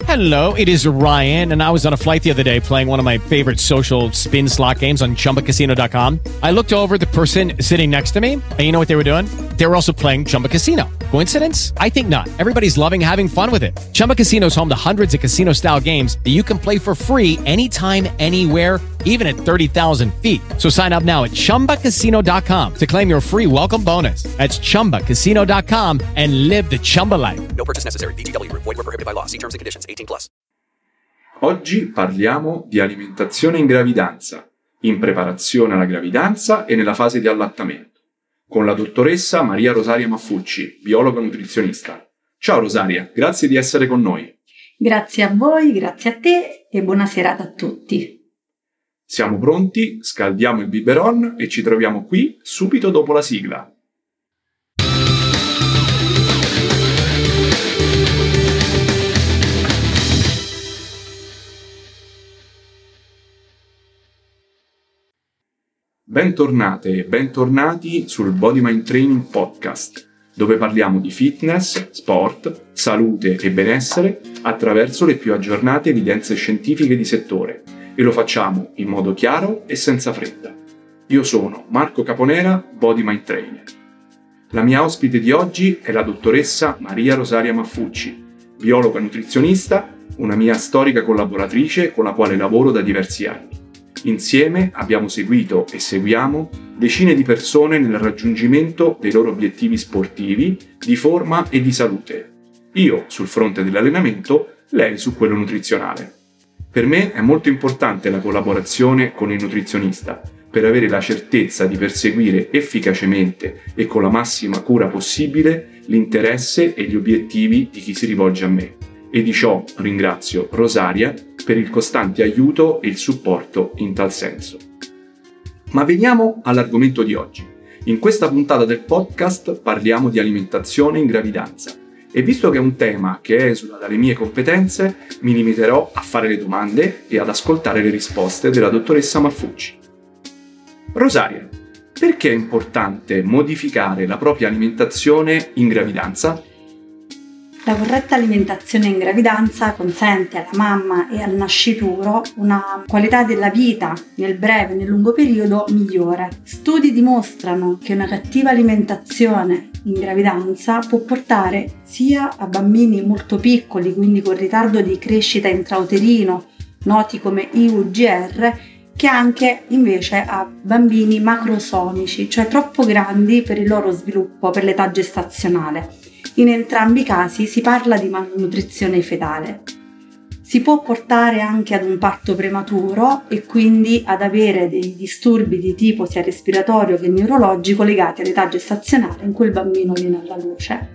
Hello, it is Ryan, and I was on a flight the other day playing one of my favorite social spin slot games on ChumbaCasino.com. I looked over at the person sitting next to me, and you know what they were doing? They were also playing Chumba Casino. Coincidence? I think not. Everybody's loving having fun with it. Chumba Casino is home to hundreds of casino-style games that you can play for free anytime, anywhere, even at 30,000 feet. So sign up now at ChumbaCasino.com to claim your free welcome bonus. That's ChumbaCasino.com and live the Chumba life. No purchase necessary. VGW. Void where prohibited by law. See terms and conditions. 18+. Oggi parliamo di alimentazione in gravidanza, in preparazione alla gravidanza e nella fase di allattamento, con la dottoressa Maria Rosaria Maffucci, biologa nutrizionista. Ciao Rosaria, grazie di essere con noi. Grazie a voi, grazie a te e buona serata a tutti. Siamo pronti, scaldiamo il biberon e ci troviamo qui subito dopo la sigla. Bentornate e bentornati sul Body Mind Training Podcast, dove parliamo di fitness, sport, salute e benessere attraverso le più aggiornate evidenze scientifiche di settore e lo facciamo in modo chiaro e senza fretta. Io sono Marco Caponera, Body Mind Trainer. La mia ospite di oggi è la dottoressa Maria Rosaria Maffucci, biologa nutrizionista, una mia storica collaboratrice con la quale lavoro da diversi anni. Insieme abbiamo seguito e seguiamo decine di persone nel raggiungimento dei loro obiettivi sportivi, di forma e di salute. Io sul fronte dell'allenamento, lei su quello nutrizionale. Per me è molto importante la collaborazione con il nutrizionista per avere la certezza di perseguire efficacemente e con la massima cura possibile l'interesse e gli obiettivi di chi si rivolge a me. E di ciò ringrazio Rosaria per il costante aiuto e il supporto in tal senso. Ma veniamo all'argomento di oggi. In questa puntata del podcast parliamo di alimentazione in gravidanza e visto che è un tema che esula dalle mie competenze, mi limiterò a fare le domande e ad ascoltare le risposte della dottoressa Maffucci. Rosaria, perché è importante modificare la propria alimentazione in gravidanza? La corretta alimentazione in gravidanza consente alla mamma e al nascituro una qualità della vita nel breve e nel lungo periodo migliore. Studi dimostrano che una cattiva alimentazione in gravidanza può portare sia a bambini molto piccoli, quindi con ritardo di crescita intrauterino, noti come IUGR, che anche invece a bambini macrosomici, cioè troppo grandi per il loro sviluppo per l'età gestazionale. In entrambi i casi si parla di malnutrizione fetale. Si può portare anche ad un parto prematuro e quindi ad avere dei disturbi di tipo sia respiratorio che neurologico legati all'età gestazionale in cui il bambino viene alla luce.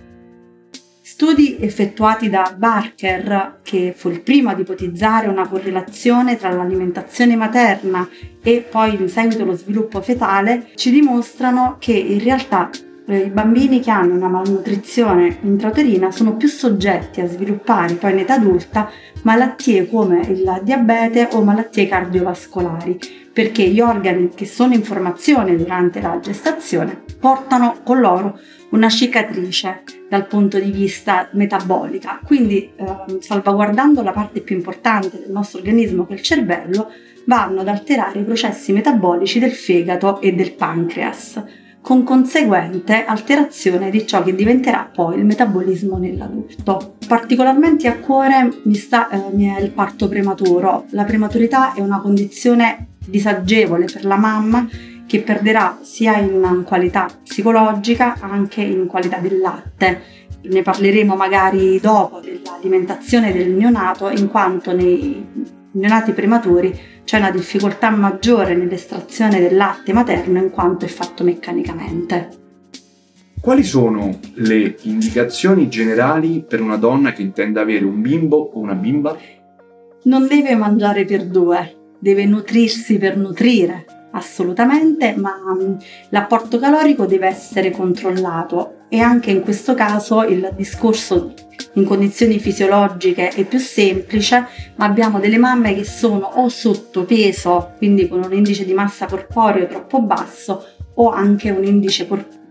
Studi effettuati da Barker, che fu il primo ad ipotizzare una correlazione tra l'alimentazione materna e poi in seguito lo sviluppo fetale, ci dimostrano che in realtà i bambini che hanno una malnutrizione intrauterina sono più soggetti a sviluppare poi in età adulta malattie come il diabete o malattie cardiovascolari, perché gli organi che sono in formazione durante la gestazione portano con loro una cicatrice dal punto di vista metabolica, quindi salvaguardando la parte più importante del nostro organismo che è il cervello, vanno ad alterare i processi metabolici del fegato e del pancreas, con conseguente alterazione di ciò che diventerà poi il metabolismo nell'adulto. Particolarmente a cuore mi è il parto prematuro. La prematurità è una condizione disagevole per la mamma che perderà sia in qualità psicologica anche in qualità del latte. Ne parleremo magari dopo dell'alimentazione del neonato, in quanto nei neonati prematuri c'è una difficoltà maggiore nell'estrazione del latte materno in quanto è fatto meccanicamente. Quali sono le indicazioni generali per una donna che intende avere un bimbo o una bimba? Non deve mangiare per due, deve nutrirsi per nutrire, assolutamente, ma l'apporto calorico deve essere controllato e anche in questo caso il discorso in condizioni fisiologiche è più semplice, ma abbiamo delle mamme che sono o sottopeso, quindi con un indice di massa corporeo troppo basso, o anche un indice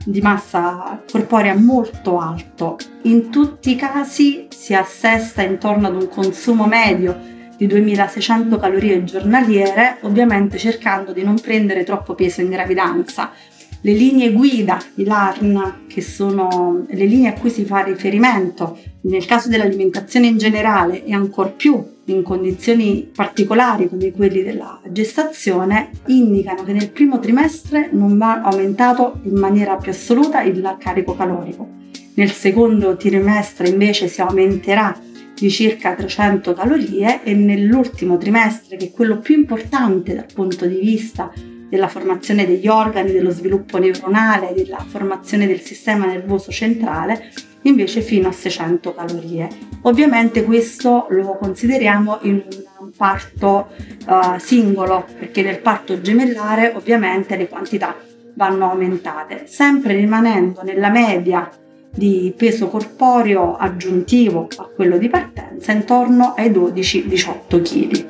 di massa corporea molto alto. In tutti i casi si assesta intorno ad un consumo medio di 2600 calorie giornaliere, ovviamente cercando di non prendere troppo peso in gravidanza. Le linee guida, i LARN, che sono le linee a cui si fa riferimento nel caso dell'alimentazione in generale e ancor più in condizioni particolari come quelli della gestazione, indicano che nel primo trimestre non va aumentato in maniera più assoluta il carico calorico. Nel secondo trimestre invece si aumenterà di circa 300 calorie e nell'ultimo trimestre, che è quello più importante dal punto di vista della formazione degli organi, dello sviluppo neuronale, della formazione del sistema nervoso centrale, invece fino a 600 calorie. Ovviamente questo lo consideriamo in un parto singolo, perché nel parto gemellare ovviamente le quantità vanno aumentate, sempre rimanendo nella media di peso corporeo aggiuntivo a quello di partenza intorno ai 12-18 kg.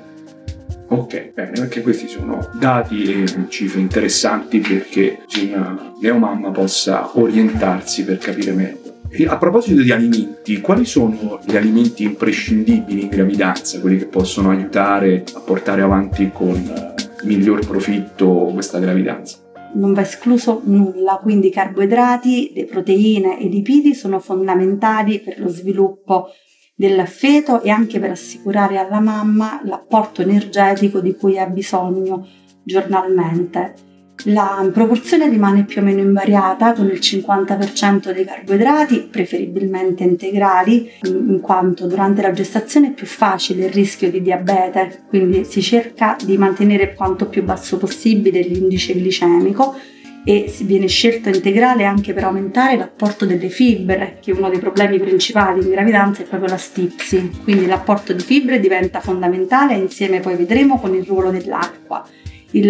Ok, bene, perché questi sono dati e cifre interessanti perché una neomamma possa orientarsi per capire meglio. E a proposito di alimenti, quali sono gli alimenti imprescindibili in gravidanza, quelli che possono aiutare a portare avanti con miglior profitto questa gravidanza? Non va escluso nulla, quindi carboidrati, le proteine e i lipidi sono fondamentali per lo sviluppo del feto e anche per assicurare alla mamma l'apporto energetico di cui ha bisogno giornalmente. La proporzione rimane più o meno invariata, con il 50% dei carboidrati, preferibilmente integrali, in quanto durante la gestazione è più facile il rischio di diabete, quindi si cerca di mantenere quanto più basso possibile l'indice glicemico e viene scelto integrale anche per aumentare l'apporto delle fibre, che è uno dei problemi principali in gravidanza è proprio la stipsi, quindi l'apporto di fibre diventa fondamentale insieme, poi vedremo, con il ruolo dell'acqua. Il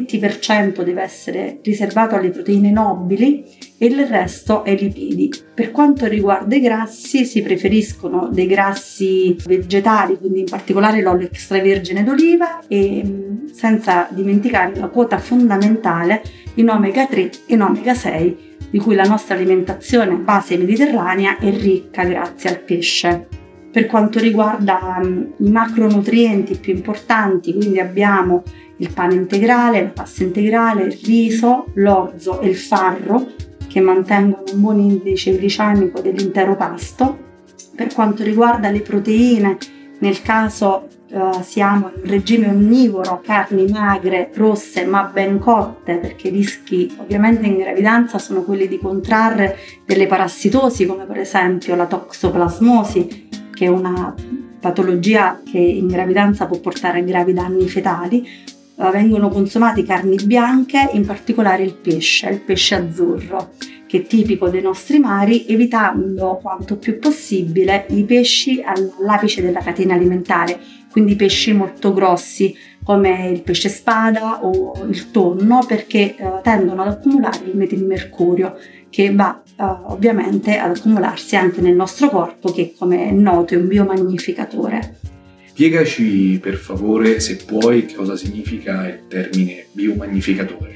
20% deve essere riservato alle proteine nobili e il resto ai lipidi. Per quanto riguarda i grassi, si preferiscono dei grassi vegetali, quindi in particolare l'olio extravergine d'oliva e senza dimenticare la quota fondamentale in omega 3 e in omega 6, di cui la nostra alimentazione base mediterranea è ricca grazie al pesce. Per quanto riguarda i macronutrienti più importanti, quindi abbiamo il pane integrale, la pasta integrale, il riso, l'orzo e il farro, che mantengono un buon indice glicemico dell'intero pasto. Per quanto riguarda le proteine, nel caso siamo in regime onnivoro, carni magre, rosse ma ben cotte, perché i rischi ovviamente in gravidanza sono quelli di contrarre delle parassitosi, come per esempio la toxoplasmosi, che è una patologia che in gravidanza può portare a gravi danni fetali. Vengono consumati carni bianche, in particolare il pesce azzurro, che è tipico dei nostri mari, evitando quanto più possibile i pesci all'apice della catena alimentare, quindi pesci molto grossi come il pesce spada o il tonno, perché tendono ad accumulare il metilmercurio, che va ovviamente ad accumularsi anche nel nostro corpo, che come è noto è un biomagnificatore. Spiegaci per favore, se puoi, cosa significa il termine biomagnificatore.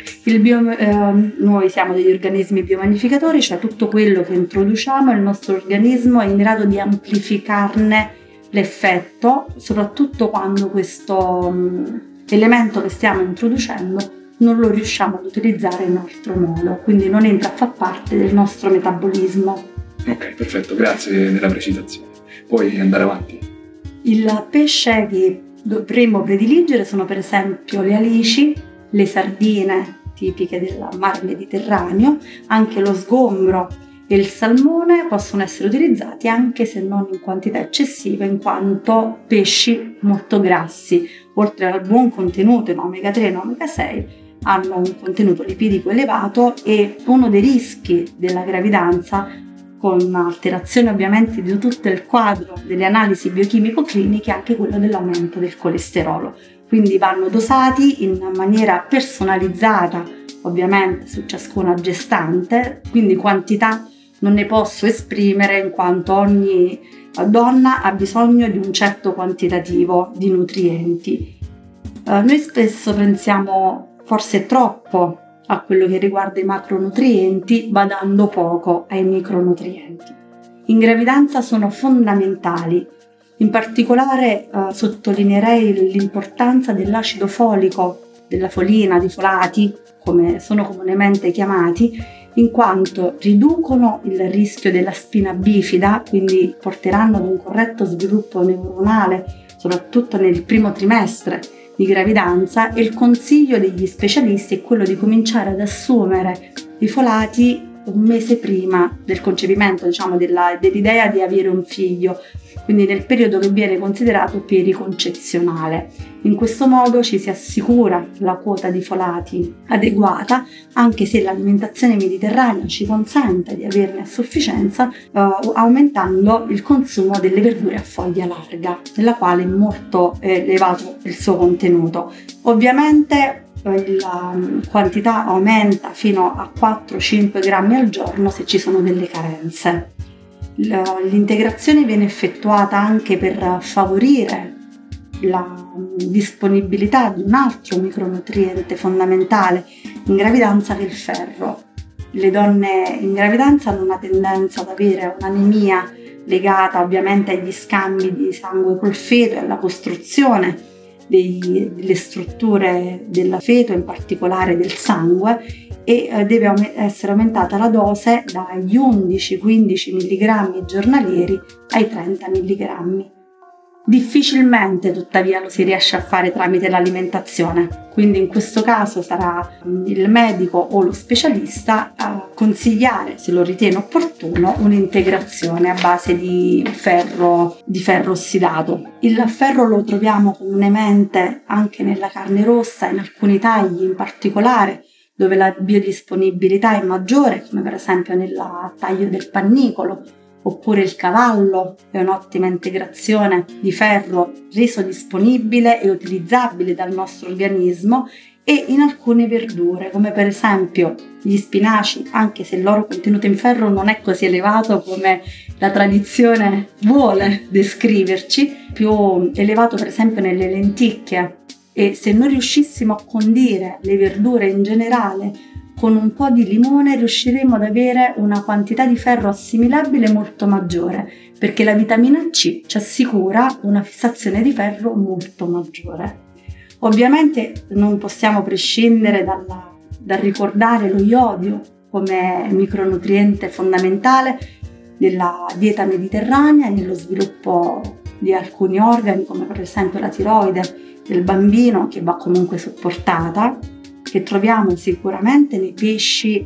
Noi siamo degli organismi biomagnificatori, cioè tutto quello che introduciamo il nostro organismo è in grado di amplificarne l'effetto, soprattutto quando questo elemento che stiamo introducendo non lo riusciamo ad utilizzare in altro modo, quindi non entra a far parte del nostro metabolismo. Ok, perfetto, grazie della precisazione. Puoi andare avanti. Il pesce che dovremmo prediligere sono per esempio le alici, le sardine tipiche del mar Mediterraneo, anche lo sgombro e il salmone possono essere utilizzati anche se non in quantità eccessive, in quanto pesci molto grassi, oltre al buon contenuto in omega 3 e in omega 6, hanno un contenuto lipidico elevato e uno dei rischi della gravidanza, con alterazione ovviamente di tutto il quadro delle analisi biochimico-cliniche, anche quello dell'aumento del colesterolo. Quindi vanno dosati in maniera personalizzata, ovviamente su ciascuna gestante, quindi quantità non ne posso esprimere in quanto ogni donna ha bisogno di un certo quantitativo di nutrienti. Noi spesso pensiamo forse troppo a quello che riguarda i macronutrienti, badando poco ai micronutrienti. In gravidanza sono fondamentali. In particolare sottolineerei l'importanza dell'acido folico, della folina, dei folati, come sono comunemente chiamati, in quanto riducono il rischio della spina bifida, quindi porteranno ad un corretto sviluppo neuronale, soprattutto nel primo trimestre di gravidanza, e il consiglio degli specialisti è quello di cominciare ad assumere i folati un mese prima del concepimento, dell'idea di avere un figlio, quindi nel periodo che viene considerato periconcezionale. In questo modo ci si assicura la quota di folati adeguata, anche se l'alimentazione mediterranea ci consente di averne a sufficienza, aumentando il consumo delle verdure a foglia larga, nella quale è molto elevato il suo contenuto. Ovviamente la quantità aumenta fino a 4-5 grammi al giorno se ci sono delle carenze. L'integrazione viene effettuata anche per favorire la disponibilità di un altro micronutriente fondamentale in gravidanza, che è il ferro. Le donne in gravidanza hanno una tendenza ad avere un'anemia legata ovviamente agli scambi di sangue col feto e alla costruzione delle strutture del feto, in particolare del sangue, e deve essere aumentata la dose dagli 11-15 mg giornalieri ai 30 mg. Difficilmente tuttavia lo si riesce a fare tramite l'alimentazione, quindi in questo caso sarà il medico o lo specialista a consigliare, se lo ritiene opportuno, un'integrazione a base di ferro ossidato. Il ferro lo troviamo comunemente anche nella carne rossa, in alcuni tagli in particolare, dove la biodisponibilità è maggiore, come per esempio nel taglio del pannicolo, oppure il cavallo è un'ottima integrazione di ferro reso disponibile e utilizzabile dal nostro organismo, e in alcune verdure, come per esempio gli spinaci, anche se il loro contenuto in ferro non è così elevato come la tradizione vuole descriverci, più elevato per esempio nelle lenticchie. E se noi riuscissimo a condire le verdure in generale con un po' di limone, riusciremo ad avere una quantità di ferro assimilabile molto maggiore, perché la vitamina C ci assicura una fissazione di ferro molto maggiore. Ovviamente non possiamo prescindere dal ricordare lo iodio come micronutriente fondamentale della dieta mediterranea e nello sviluppo di alcuni organi, come per esempio la tiroide del bambino, che va comunque supportata, che troviamo sicuramente nei pesci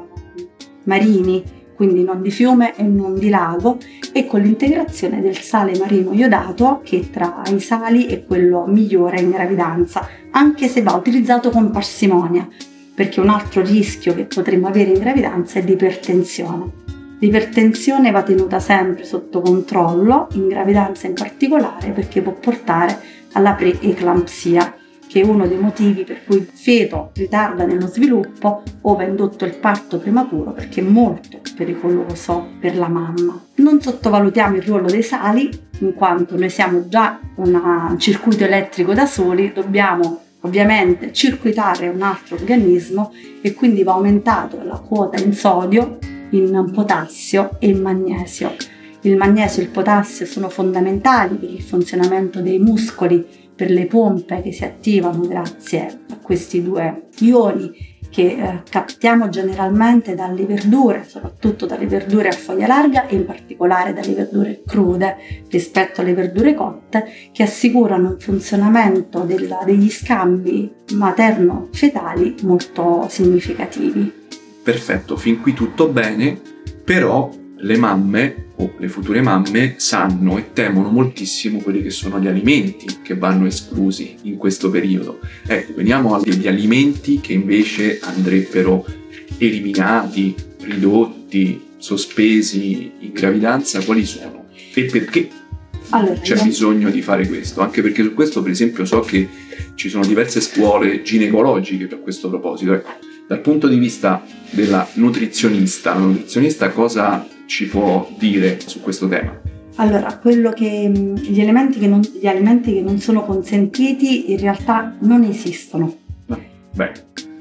marini, quindi non di fiume e non di lago, e con l'integrazione del sale marino iodato, che tra i sali è quello migliore in gravidanza, anche se va utilizzato con parsimonia, perché un altro rischio che potremmo avere in gravidanza è l'ipertensione. L'ipertensione va tenuta sempre sotto controllo, in gravidanza in particolare, perché può portare alla preeclampsia, che è uno dei motivi per cui il feto ritarda nello sviluppo o va indotto il parto prematuro, perché è molto pericoloso per la mamma. Non sottovalutiamo il ruolo dei sali, in quanto noi siamo già un circuito elettrico da soli, dobbiamo ovviamente circuitare un altro organismo, e quindi va aumentato la quota in sodio, in potassio e in magnesio. Il magnesio e il potassio sono fondamentali per il funzionamento dei muscoli, per le pompe che si attivano grazie a questi due ioni che captiamo generalmente dalle verdure, soprattutto dalle verdure a foglia larga e in particolare dalle verdure crude rispetto alle verdure cotte, che assicurano un funzionamento degli scambi materno-fetali molto significativi. Perfetto, fin qui tutto bene, però le mamme o le future mamme sanno e temono moltissimo quelli che sono gli alimenti che vanno esclusi in questo periodo. Ecco, veniamo agli alimenti che invece andrebbero eliminati, ridotti, sospesi in gravidanza. Quali sono e perché c'è bisogno di fare questo? Anche perché su questo, per esempio, so che ci sono diverse scuole ginecologiche per questo proposito. Ecco, dal punto di vista della nutrizionista, la nutrizionista cosa ci può dire su questo tema? Allora, gli alimenti che non sono consentiti in realtà non esistono. Beh.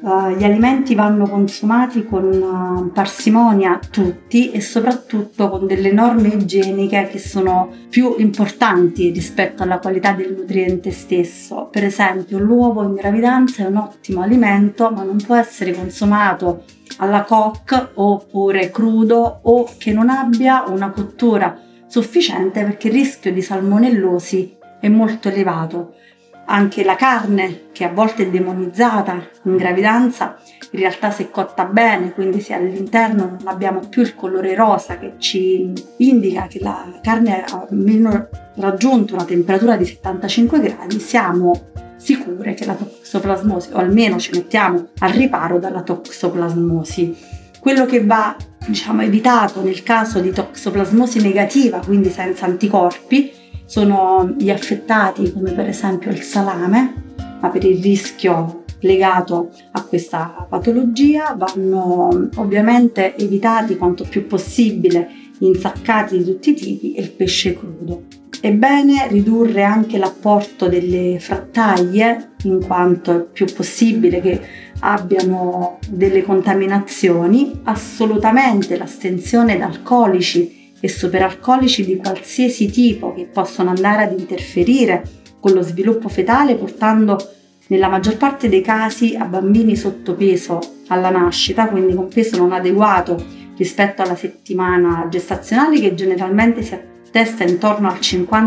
Gli alimenti vanno consumati con parsimonia tutti e soprattutto con delle norme igieniche che sono più importanti rispetto alla qualità del nutriente stesso. Per esempio, l'uovo in gravidanza è un ottimo alimento, ma non può essere consumato alla coque oppure crudo o che non abbia una cottura sufficiente, perché il rischio di salmonellosi è molto elevato. Anche la carne, che a volte è demonizzata in gravidanza, in realtà se cotta bene, quindi se all'interno non abbiamo più il colore rosa che ci indica che la carne ha almeno raggiunto una temperatura di 75 gradi, siamo sicure che la toxoplasmosi, o almeno ci mettiamo al riparo dalla toxoplasmosi. Quello che va, evitato nel caso di toxoplasmosi negativa, quindi senza anticorpi, sono gli affettati come per esempio il salame, ma per il rischio legato a questa patologia vanno ovviamente evitati quanto più possibile gli insaccati di tutti i tipi e il pesce crudo. È bene ridurre anche l'apporto delle frattaglie, in quanto è più possibile che abbiano delle contaminazioni. Assolutamente l'astensione da alcolici e superalcolici di qualsiasi tipo, che possono andare ad interferire con lo sviluppo fetale, portando nella maggior parte dei casi a bambini sottopeso alla nascita, quindi con peso non adeguato rispetto alla settimana gestazionale, che generalmente si attesta intorno al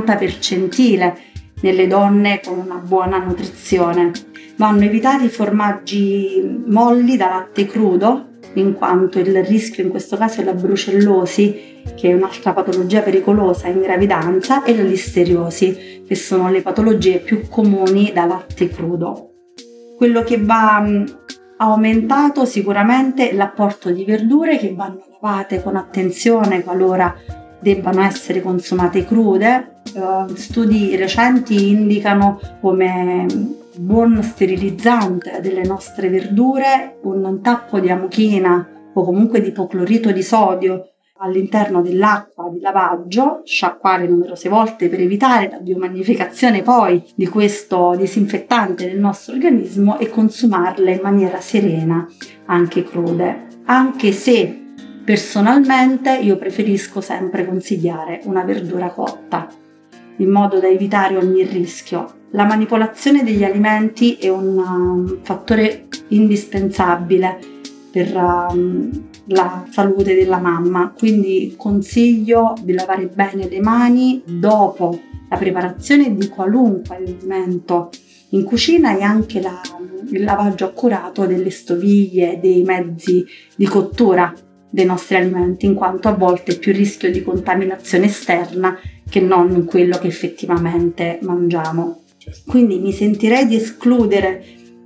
50% nelle donne con una buona nutrizione. Vanno evitati i formaggi molli da latte crudo, in quanto il rischio in questo caso è la brucellosi, che è un'altra patologia pericolosa in gravidanza, e la listeriosi, che sono le patologie più comuni da latte crudo. Quello che va aumentato sicuramente è l'apporto di verdure, che vanno lavate con attenzione qualora debbano essere consumate crude. Studi recenti indicano come buon sterilizzante delle nostre verdure un tappo di amochina o comunque di ipoclorito di sodio all'interno dell'acqua di lavaggio, sciacquare numerose volte per evitare la biomagnificazione poi di questo disinfettante nel nostro organismo, e consumarle in maniera serena anche crude, anche se personalmente io preferisco sempre consigliare una verdura cotta, in modo da evitare ogni rischio. La manipolazione degli alimenti è un fattore indispensabile per la salute della mamma, quindi consiglio di lavare bene le mani dopo la preparazione di qualunque alimento in cucina, e anche il lavaggio accurato delle stoviglie, dei mezzi di cottura dei nostri alimenti, in quanto a volte è più rischio di contaminazione esterna che non quello che effettivamente mangiamo. Quindi mi sentirei di escludere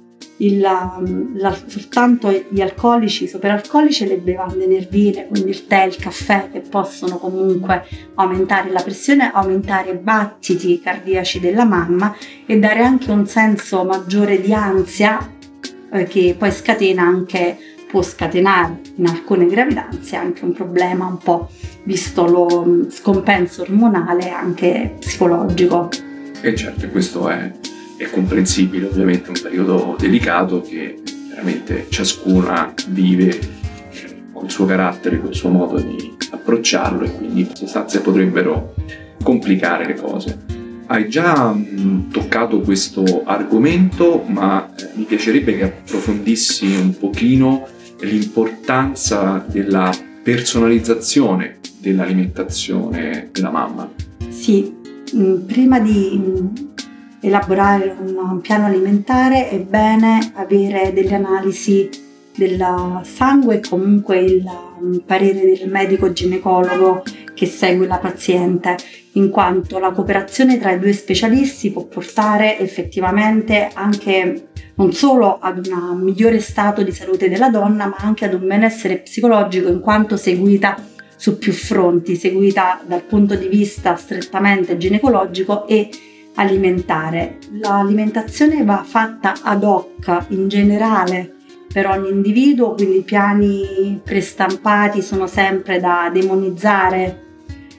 soltanto gli alcolici, i superalcolici e le bevande nervine, quindi il tè, il caffè, che possono comunque aumentare la pressione, aumentare i battiti cardiaci della mamma e dare anche un senso maggiore di ansia, che poi può scatenare in alcune gravidanze anche un problema un po', visto lo scompenso ormonale anche psicologico. E certo, questo è comprensibile, ovviamente è un periodo delicato che veramente ciascuna vive col suo carattere, col suo modo di approcciarlo, e quindi in sostanza potrebbero complicare le cose. Hai già toccato questo argomento, ma mi piacerebbe che approfondissi un pochino l'importanza della personalizzazione dell'alimentazione della mamma. Sì, prima di elaborare un piano alimentare è bene avere delle analisi del sangue e comunque il parere del medico ginecologo che segue la paziente, in quanto la cooperazione tra i due specialisti può portare effettivamente anche non solo ad un migliore stato di salute della donna, ma anche ad un benessere psicologico, in quanto seguita su più fronti, seguita dal punto di vista strettamente ginecologico e alimentare. L'alimentazione va fatta ad hoc in generale per ogni individuo, quindi i piani prestampati sono sempre da demonizzare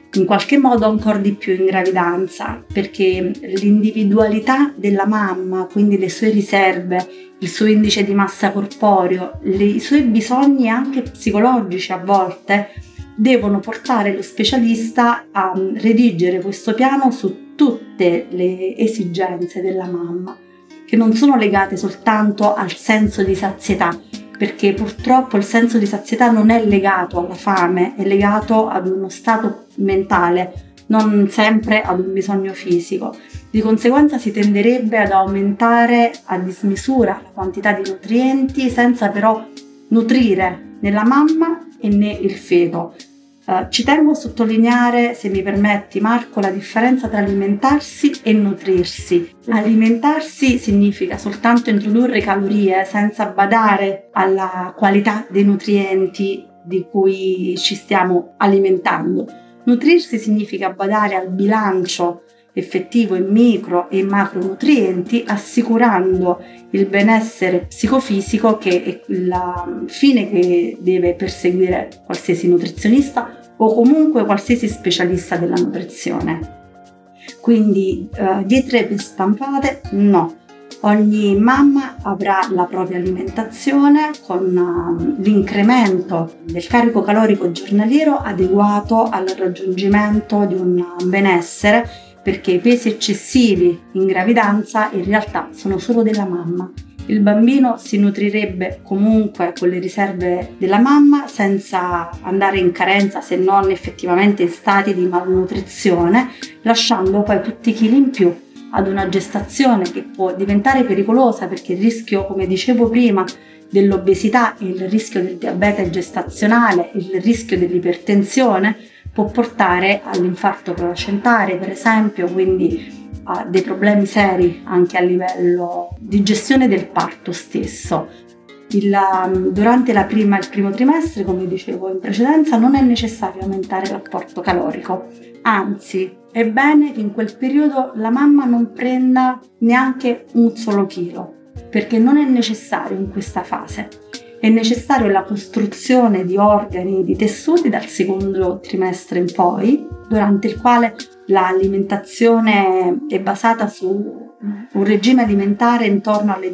in qualche modo ancora di più in gravidanza, perché l'individualità della mamma, quindi le sue riserve, il suo indice di massa corporeo, i suoi bisogni anche psicologici a volte, devono portare lo specialista a redigere questo piano su tutte le esigenze della mamma, che non sono legate soltanto al senso di sazietà, perché purtroppo il senso di sazietà non è legato alla fame, è legato ad uno stato mentale, non sempre ad un bisogno fisico. Di conseguenza si tenderebbe ad aumentare a dismisura la quantità di nutrienti senza però nutrire né la mamma e né il feto. Ci tengo a sottolineare, se mi permetti Marco, la differenza tra alimentarsi e nutrirsi. Alimentarsi significa soltanto introdurre calorie senza badare alla qualità dei nutrienti di cui ci stiamo alimentando. Nutrirsi significa badare al bilancio effettivo in micro e macronutrienti, assicurando il benessere psicofisico, che è il fine che deve perseguire qualsiasi nutrizionista o comunque qualsiasi specialista della nutrizione. Quindi diete stampate no. Ogni mamma avrà la propria alimentazione con l'incremento del carico calorico giornaliero adeguato al raggiungimento di un benessere, perché i pesi eccessivi in gravidanza in realtà sono solo della mamma. Il bambino si nutrirebbe comunque con le riserve della mamma senza andare in carenza, se non effettivamente in stati di malnutrizione, lasciando poi tutti i chili in più ad una gestazione che può diventare pericolosa, perché il rischio, come dicevo prima, dell'obesità e il rischio del diabete gestazionale, il rischio dell'ipertensione può portare all'infarto placentario, per esempio, quindi a dei problemi seri anche a livello di gestione del parto stesso. Durante il primo trimestre, come dicevo in precedenza, non è necessario aumentare l'apporto calorico, anzi è bene che in quel periodo la mamma non prenda neanche un solo chilo, perché non è necessario in questa fase. È necessario la costruzione di organi e di tessuti dal secondo trimestre in poi, durante il quale l'alimentazione è basata su un regime alimentare intorno alle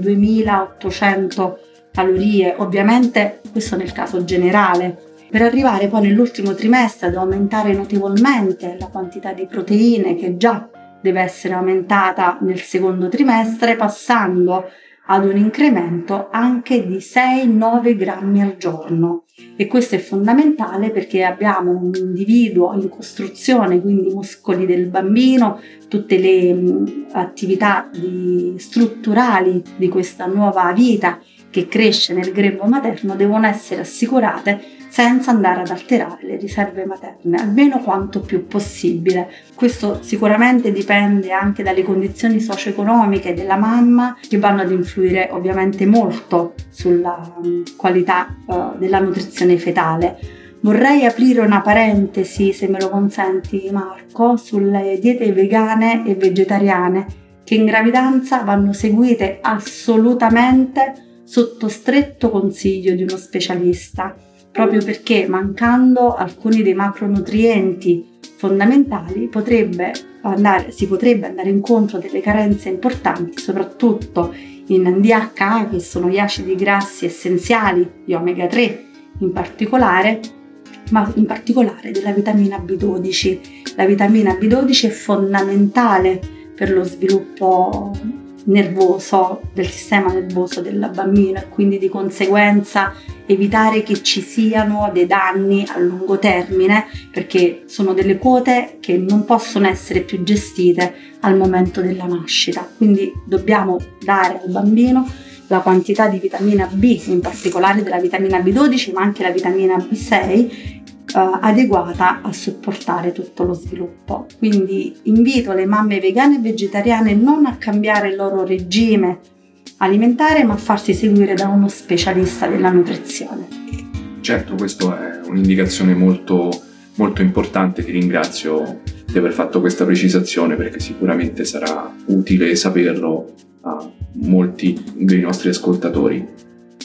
2800 calorie, ovviamente questo nel caso generale, per arrivare poi nell'ultimo trimestre ad aumentare notevolmente la quantità di proteine, che già deve essere aumentata nel secondo trimestre, passando ad un incremento anche di 6-9 grammi al giorno. E questo è fondamentale perché abbiamo un individuo in costruzione, quindi i muscoli del bambino, tutte le attività strutturali di questa nuova vita che cresce nel grembo materno devono essere assicurate senza andare ad alterare le riserve materne, almeno quanto più possibile. Questo sicuramente dipende anche dalle condizioni socio-economiche della mamma, che vanno ad influire ovviamente molto sulla qualità della nutrizione fetale. Vorrei aprire una parentesi, se me lo consenti Marco, sulle diete vegane e vegetariane, che in gravidanza vanno seguite assolutamente sotto stretto consiglio di uno specialista, proprio perché mancando alcuni dei macronutrienti fondamentali si potrebbe andare incontro a delle carenze importanti, soprattutto in DHA, che sono gli acidi grassi essenziali di omega 3 in particolare, ma in particolare della vitamina B12. La vitamina B12 è fondamentale per lo sviluppo nervoso del sistema nervoso del bambino e quindi di conseguenza evitare che ci siano dei danni a lungo termine, perché sono delle quote che non possono essere più gestite al momento della nascita. Quindi dobbiamo dare al bambino la quantità di vitamina B, in particolare della vitamina B12, ma anche la vitamina B6 adeguata a supportare tutto lo sviluppo. Quindi invito le mamme vegane e vegetariane non a cambiare il loro regime alimentare, ma a farsi seguire da uno specialista della nutrizione. Certo, questa è un'indicazione molto, molto importante. Ti ringrazio di aver fatto questa precisazione, perché sicuramente sarà utile saperlo a molti dei nostri ascoltatori.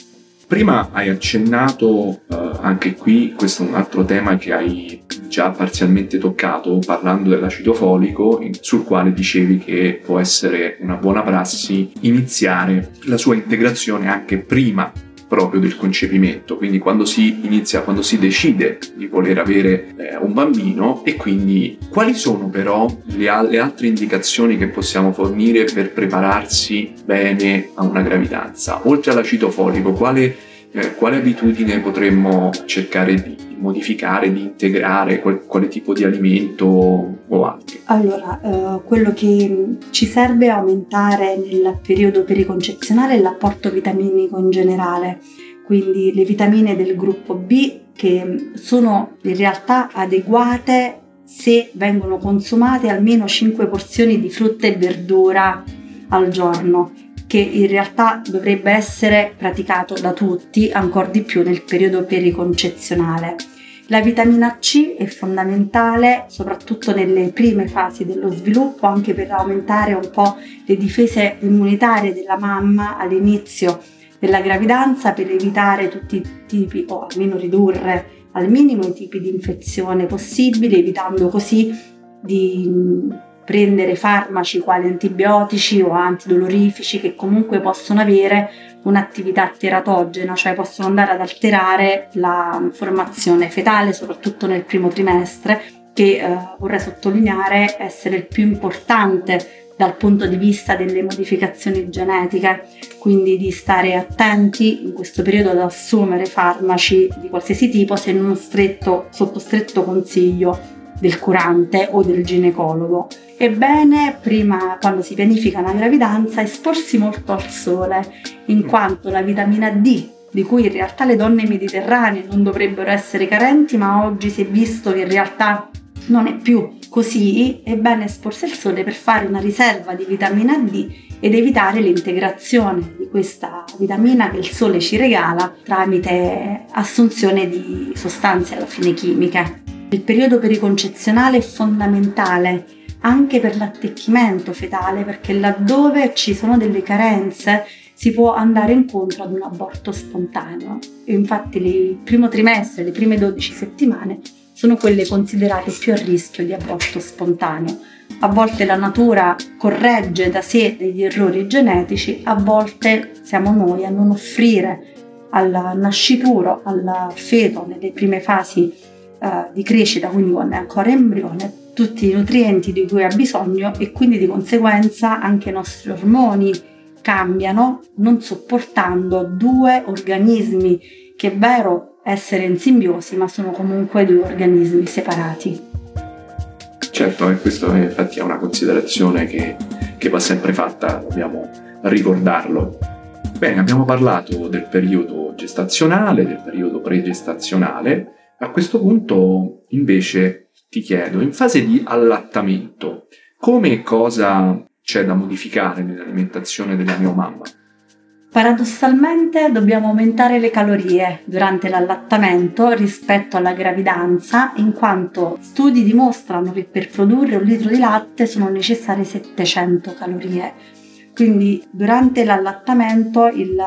Prima hai accennato, anche qui, questo è un altro tema che hai già parzialmente toccato, parlando dell'acido folico, sul quale dicevi che può essere una buona prassi iniziare la sua integrazione anche prima proprio del concepimento, quindi quando si decide di voler avere un bambino. E quindi quali sono però le altre indicazioni che possiamo fornire per prepararsi bene a una gravidanza? Oltre all'acido folico, quale abitudine potremmo cercare di modificare, di integrare, quale tipo di alimento o altro? Allora, quello che ci serve è aumentare nel periodo periconcezionale l'apporto vitaminico in generale, quindi le vitamine del gruppo B, che sono in realtà adeguate se vengono consumate almeno 5 porzioni di frutta e verdura al giorno, che in realtà dovrebbe essere praticato da tutti, ancor di più nel periodo periconcezionale. La vitamina C è fondamentale soprattutto nelle prime fasi dello sviluppo, anche per aumentare un po' le difese immunitarie della mamma all'inizio della gravidanza, per evitare tutti i tipi, o almeno ridurre al minimo i tipi di infezione possibili, evitando così di prendere farmaci quali antibiotici o antidolorifici, che comunque possono avere un'attività teratogena, cioè possono andare ad alterare la formazione fetale, soprattutto nel primo trimestre, che vorrei sottolineare essere il più importante dal punto di vista delle modificazioni genetiche, quindi di stare attenti in questo periodo ad assumere farmaci di qualsiasi tipo se non sotto stretto consiglio del curante o del ginecologo. Ebbene, prima, quando si pianifica una gravidanza, esporsi molto al sole, in quanto la vitamina D, di cui in realtà le donne mediterranee non dovrebbero essere carenti, ma oggi si è visto che in realtà non è più così, è bene esporsi al sole per fare una riserva di vitamina D ed evitare l'integrazione di questa vitamina che il sole ci regala tramite assunzione di sostanze alla fine chimiche. Il periodo periconcezionale è fondamentale anche per l'attecchimento fetale, perché laddove ci sono delle carenze si può andare incontro ad un aborto spontaneo. E infatti il primo trimestre, le prime 12 settimane sono quelle considerate più a rischio di aborto spontaneo. A volte la natura corregge da sé degli errori genetici, a volte siamo noi a non offrire al nascituro, al feto nelle prime fasi di crescita, quindi quando è ancora embrione, tutti i nutrienti di cui ha bisogno, e quindi di conseguenza anche i nostri ormoni cambiano, non sopportando due organismi che è vero essere in simbiosi, ma sono comunque due organismi separati. Certo, e questo infatti è una considerazione che va sempre fatta, dobbiamo ricordarlo. Bene, abbiamo parlato del periodo gestazionale, del periodo pregestazionale. A questo punto invece ti chiedo, in fase di allattamento, come e cosa c'è da modificare nell'alimentazione della mia mamma? Paradossalmente dobbiamo aumentare le calorie durante l'allattamento rispetto alla gravidanza, in quanto studi dimostrano che per produrre 1 litro di latte sono necessarie 700 calorie. Quindi durante l'allattamento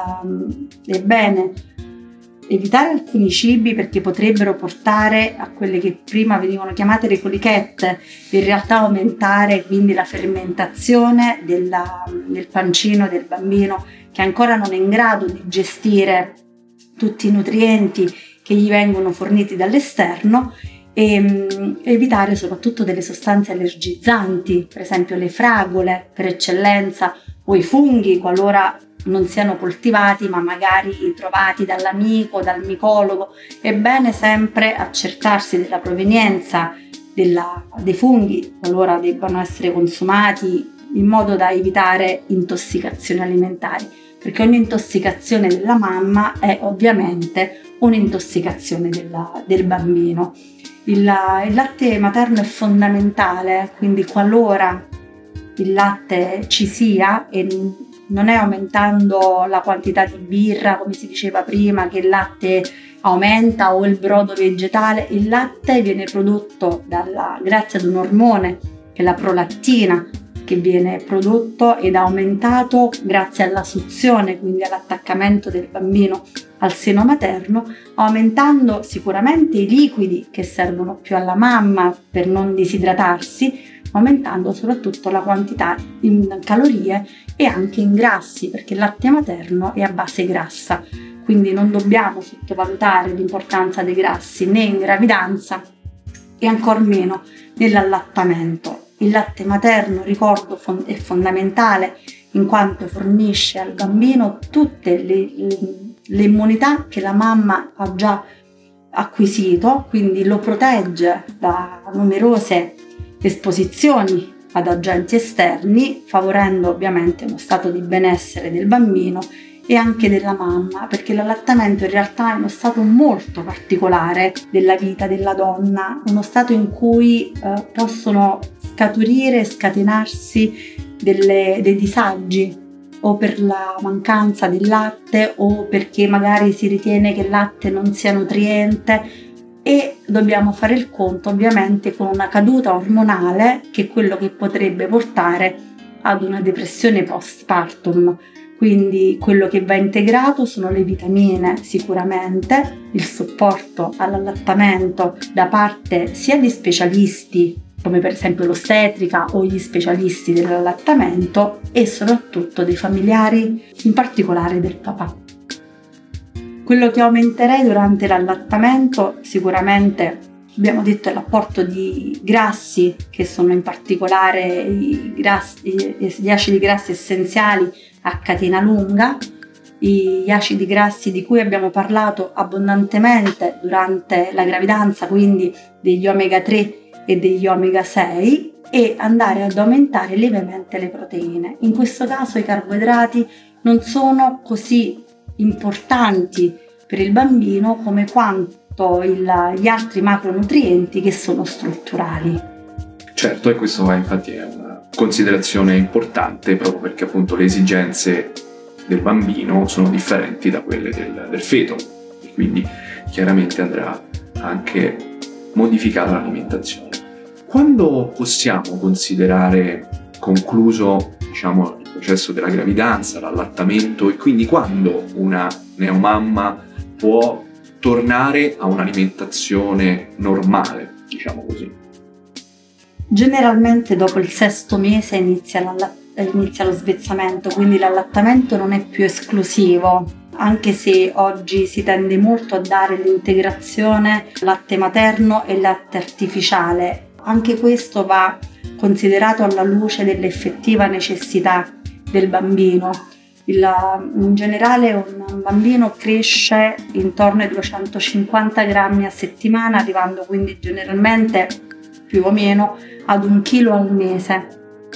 è bene evitare alcuni cibi, perché potrebbero portare a quelle che prima venivano chiamate le colichette, in realtà aumentare quindi la fermentazione del pancino del bambino, che ancora non è in grado di gestire tutti i nutrienti che gli vengono forniti dall'esterno, e evitare soprattutto delle sostanze allergizzanti, per esempio le fragole per eccellenza, o i funghi qualora non siano coltivati ma magari trovati dall'amico, dal micologo. È bene sempre accertarsi della provenienza dei funghi qualora debbano essere consumati, in modo da evitare intossicazioni alimentari, perché ogni intossicazione della mamma è ovviamente un'intossicazione del bambino. Il latte materno è fondamentale, quindi qualora il latte ci sia, e non è aumentando la quantità di birra, come si diceva prima, che il latte aumenta, o il brodo vegetale. Il latte viene prodotto grazie ad un ormone, che è la prolattina, che viene prodotto ed aumentato grazie alla suzione, quindi all'attaccamento del bambino al seno materno, aumentando sicuramente i liquidi che servono più alla mamma per non disidratarsi, aumentando soprattutto la quantità in calorie e anche in grassi, perché il latte materno è a base grassa, quindi non dobbiamo sottovalutare l'importanza dei grassi né in gravidanza e ancor meno nell'allattamento. Il latte materno, ricordo, è fondamentale in quanto fornisce al bambino tutte le immunità che la mamma ha già acquisito, quindi lo protegge da numerose esposizioni ad agenti esterni, favorendo ovviamente uno stato di benessere del bambino e anche della mamma, perché l'allattamento in realtà è uno stato molto particolare della vita della donna, uno stato in cui possono scaturire e scatenarsi dei disagi, o per la mancanza del latte o perché magari si ritiene che il latte non sia nutriente, e dobbiamo fare il conto ovviamente con una caduta ormonale, che è quello che potrebbe portare ad una depressione postpartum. Quindi quello che va integrato sono le vitamine, sicuramente il supporto all'allattamento da parte sia di specialisti come per esempio l'ostetrica o gli specialisti dell'allattamento, e soprattutto dei familiari, in particolare del papà. Quello che aumenterei durante l'allattamento sicuramente, abbiamo detto, è l'apporto di grassi, che sono in particolare gli acidi grassi essenziali a catena lunga, gli acidi grassi di cui abbiamo parlato abbondantemente durante la gravidanza, quindi degli omega 3 e degli omega 6, e andare ad aumentare lievemente le proteine. In questo caso i carboidrati non sono così importanti per il bambino come quanto gli altri macronutrienti che sono strutturali. Certo, e questo infatti è una considerazione importante, proprio perché appunto le esigenze del bambino sono differenti da quelle del feto, e quindi chiaramente andrà anche modificata l'alimentazione. Quando possiamo considerare concluso, diciamo, il processo della gravidanza, l'allattamento, e quindi quando una neomamma può tornare a un'alimentazione normale, diciamo così? Generalmente dopo il 6° mese inizia lo svezzamento, quindi l'allattamento non è più esclusivo, anche se oggi si tende molto a dare l'integrazione latte materno e latte artificiale. Anche questo va considerato alla luce dell'effettiva necessità del bambino. In generale un bambino cresce intorno ai 250 grammi a settimana, arrivando quindi generalmente più o meno ad 1 chilo al mese,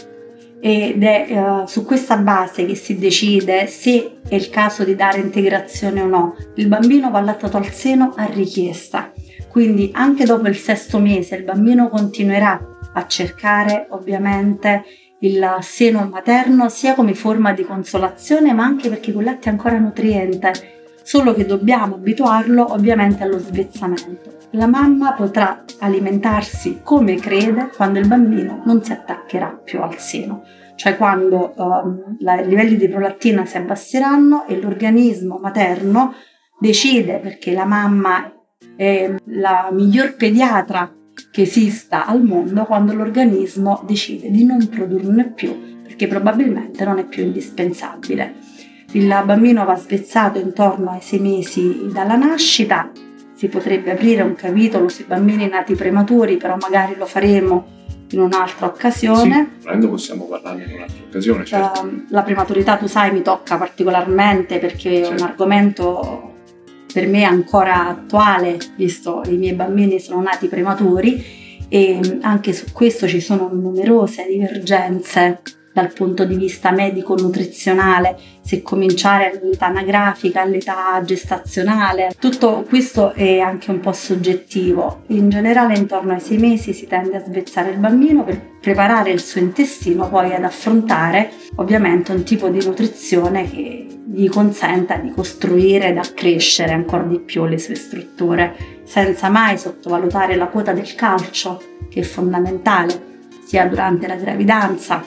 ed è su questa base che si decide se è il caso di dare integrazione o no. Il bambino va allattato al seno a richiesta, quindi anche dopo il 6° mese il bambino continuerà a cercare ovviamente il seno materno, sia come forma di consolazione, ma anche perché quel latte è ancora nutriente, solo che dobbiamo abituarlo ovviamente allo svezzamento. La mamma potrà alimentarsi come crede quando il bambino non si attaccherà più al seno, cioè quando i livelli di prolattina si abbasseranno e l'organismo materno decide, perché la mamma è la miglior pediatra che esista al mondo, quando l'organismo decide di non produrne più, perché probabilmente non è più indispensabile. Il bambino va svezzato intorno ai 6 mesi dalla nascita. Si potrebbe aprire un capitolo sui bambini nati prematuri, però magari lo faremo in un'altra occasione. Sì, volendo possiamo parlarne in un'altra occasione, certo. La prematurità, tu sai, mi tocca particolarmente perché è un argomento per me ancora attuale, visto i miei bambini sono nati prematuri, e anche su questo ci sono numerose divergenze dal punto di vista medico-nutrizionale, se cominciare all'età anagrafica, all'età gestazionale. Tutto questo è anche un po' soggettivo. In generale intorno ai 6 mesi si tende a svezzare il bambino per preparare il suo intestino poi ad affrontare ovviamente un tipo di nutrizione che gli consenta di costruire ed accrescere ancora di più le sue strutture, senza mai sottovalutare la quota del calcio, che è fondamentale sia durante la gravidanza che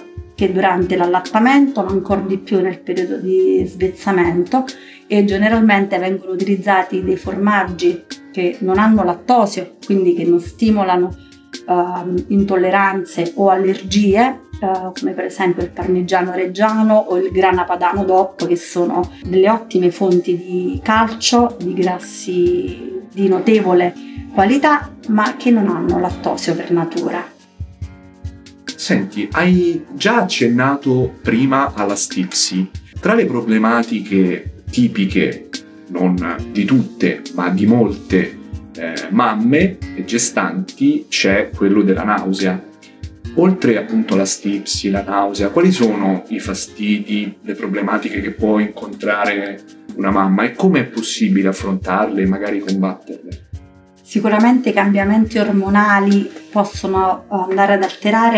che durante l'allattamento, ma ancora di più nel periodo di svezzamento, e generalmente vengono utilizzati dei formaggi che non hanno lattosio, quindi che non stimolano intolleranze o allergie, come per esempio il parmigiano reggiano o il grana padano DOP, che sono delle ottime fonti di calcio, di grassi di notevole qualità, ma che non hanno lattosio per natura. Senti, hai già accennato prima alla stipsi. Tra le problematiche tipiche, non di tutte, ma di molte mamme e gestanti, c'è quello della nausea. Oltre appunto alla stipsi, la nausea, quali sono i fastidi, le problematiche che può incontrare una mamma e come è possibile affrontarle e magari combatterle? Sicuramente i cambiamenti ormonali possono andare ad alterare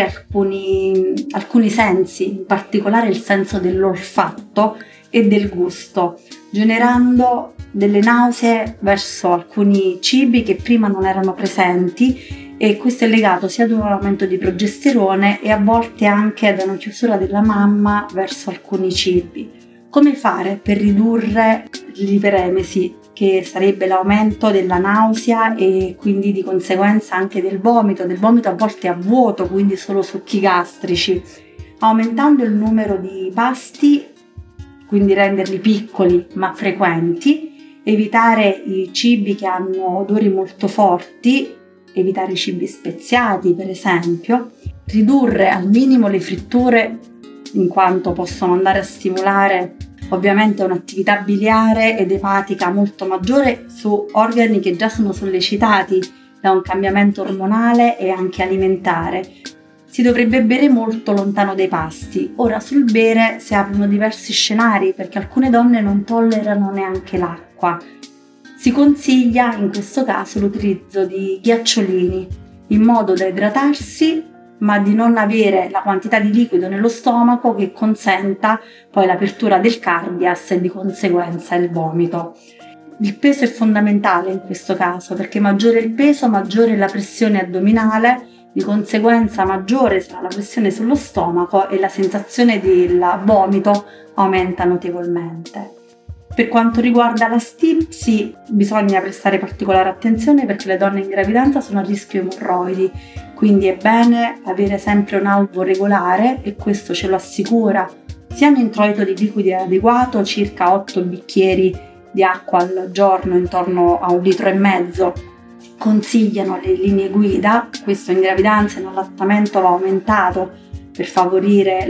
alcuni sensi, in particolare il senso dell'olfatto e del gusto, generando delle nausee verso alcuni cibi che prima non erano presenti, e questo è legato sia ad un aumento di progesterone e a volte anche ad una chiusura della mamma verso alcuni cibi. Come fare per ridurre l'iperemesi, che sarebbe l'aumento della nausea e quindi di conseguenza anche del vomito a volte a vuoto, quindi solo succhi gastrici, aumentando il numero di pasti, quindi renderli piccoli ma frequenti, evitare i cibi che hanno odori molto forti, evitare i cibi speziati per esempio, ridurre al minimo le fritture in quanto possono andare a stimolare ovviamente un'attività biliare ed epatica molto maggiore su organi che già sono sollecitati da un cambiamento ormonale e anche alimentare. Si dovrebbe bere molto lontano dai pasti. Ora sul bere si aprono diversi scenari perché alcune donne non tollerano neanche l'acqua. Si consiglia in questo caso l'utilizzo di ghiacciolini in modo da idratarsi ma di non avere la quantità di liquido nello stomaco che consenta poi l'apertura del cardias e di conseguenza il vomito. Il peso è fondamentale in questo caso perché maggiore il peso, maggiore la pressione addominale, di conseguenza maggiore sarà la pressione sullo stomaco e la sensazione del vomito aumenta notevolmente. Per quanto riguarda la stipsi, bisogna prestare particolare attenzione perché le donne in gravidanza sono a rischio emorroidi, quindi è bene avere sempre un alvo regolare e questo ce lo assicura sia un introito di liquidi adeguato, circa 8 bicchieri di acqua al giorno, intorno a 1,5 litri. Consigliano le linee guida, questo in gravidanza e in allattamento va aumentato per sfavorire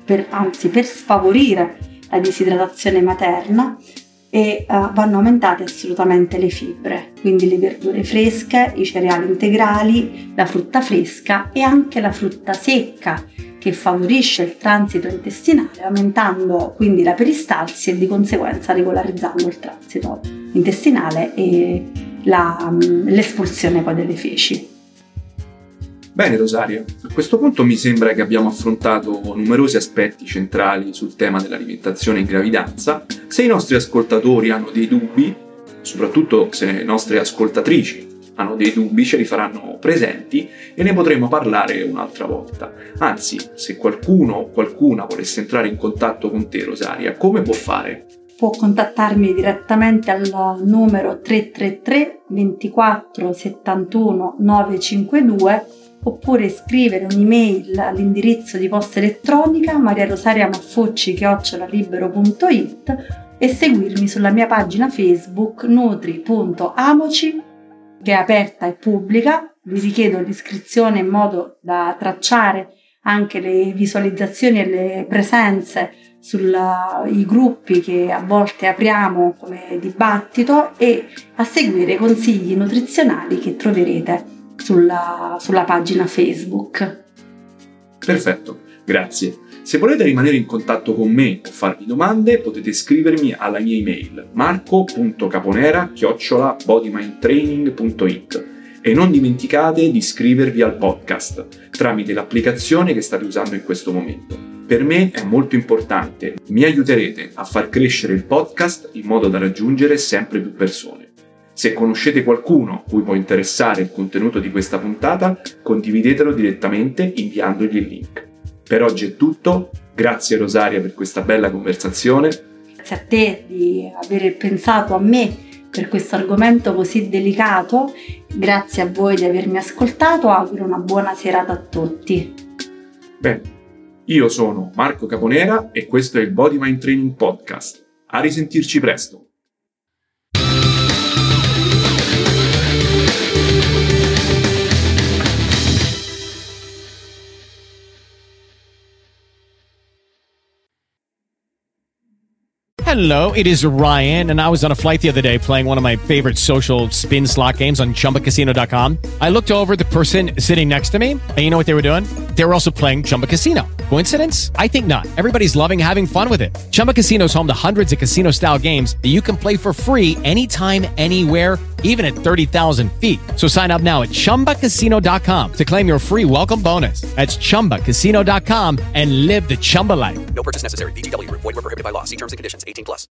la disidratazione materna e vanno aumentate assolutamente le fibre, quindi le verdure fresche, i cereali integrali, la frutta fresca e anche la frutta secca che favorisce il transito intestinale aumentando quindi la peristalsi e di conseguenza regolarizzando il transito intestinale e l'espulsione poi delle feci. Bene Rosaria, a questo punto mi sembra che abbiamo affrontato numerosi aspetti centrali sul tema dell'alimentazione in gravidanza. Se i nostri ascoltatori hanno dei dubbi, soprattutto se le nostre ascoltatrici hanno dei dubbi, ce li faranno presenti e ne potremo parlare un'altra volta. Anzi, se qualcuno o qualcuna volesse entrare in contatto con te Rosaria, come può fare? Può contattarmi direttamente al numero 333 24 71 952 oppure scrivere un'email all'indirizzo di posta elettronica mariarosariamaffucci@libero.it e seguirmi sulla mia pagina Facebook nutri.amoci, che è aperta e pubblica. Vi richiedo l'iscrizione in modo da tracciare anche le visualizzazioni e le presenze sui gruppi che a volte apriamo come dibattito e a seguire i consigli nutrizionali che troverete sulla pagina Facebook. Perfetto, grazie. Se volete rimanere in contatto con me o farmi domande, potete scrivermi alla mia email marco.caponera@bodymindtraining.it e non dimenticate di iscrivervi al podcast tramite l'applicazione che state usando in questo momento. Per me è molto importante, mi aiuterete a far crescere il podcast in modo da raggiungere sempre più persone. Se conoscete qualcuno cui può interessare il contenuto di questa puntata, condividetelo direttamente inviandogli il link. Per oggi è tutto, grazie Rosaria per questa bella conversazione. Grazie a te di aver pensato a me per questo argomento così delicato, grazie a voi di avermi ascoltato, auguro una buona serata a tutti. Bene, io sono Marco Caponera e questo è il Body Mind Training Podcast. A risentirci presto! Hello, it is Ryan, and I was on a flight the other day playing one of my favorite social spin slot games on ChumbaCasino.com. I looked over at the person sitting next to me, and you know what they were doing? They were also playing Chumba Casino. Coincidence? I think not. Everybody's loving having fun with it. Chumba Casino is home to hundreds of casino-style games that you can play for free anytime, anywhere, even at 30,000 feet. So sign up now at ChumbaCasino.com to claim your free welcome bonus. That's ChumbaCasino.com and live the Chumba life. No purchase necessary. VGW Group. Void where prohibited by law. See terms and conditions. 18+.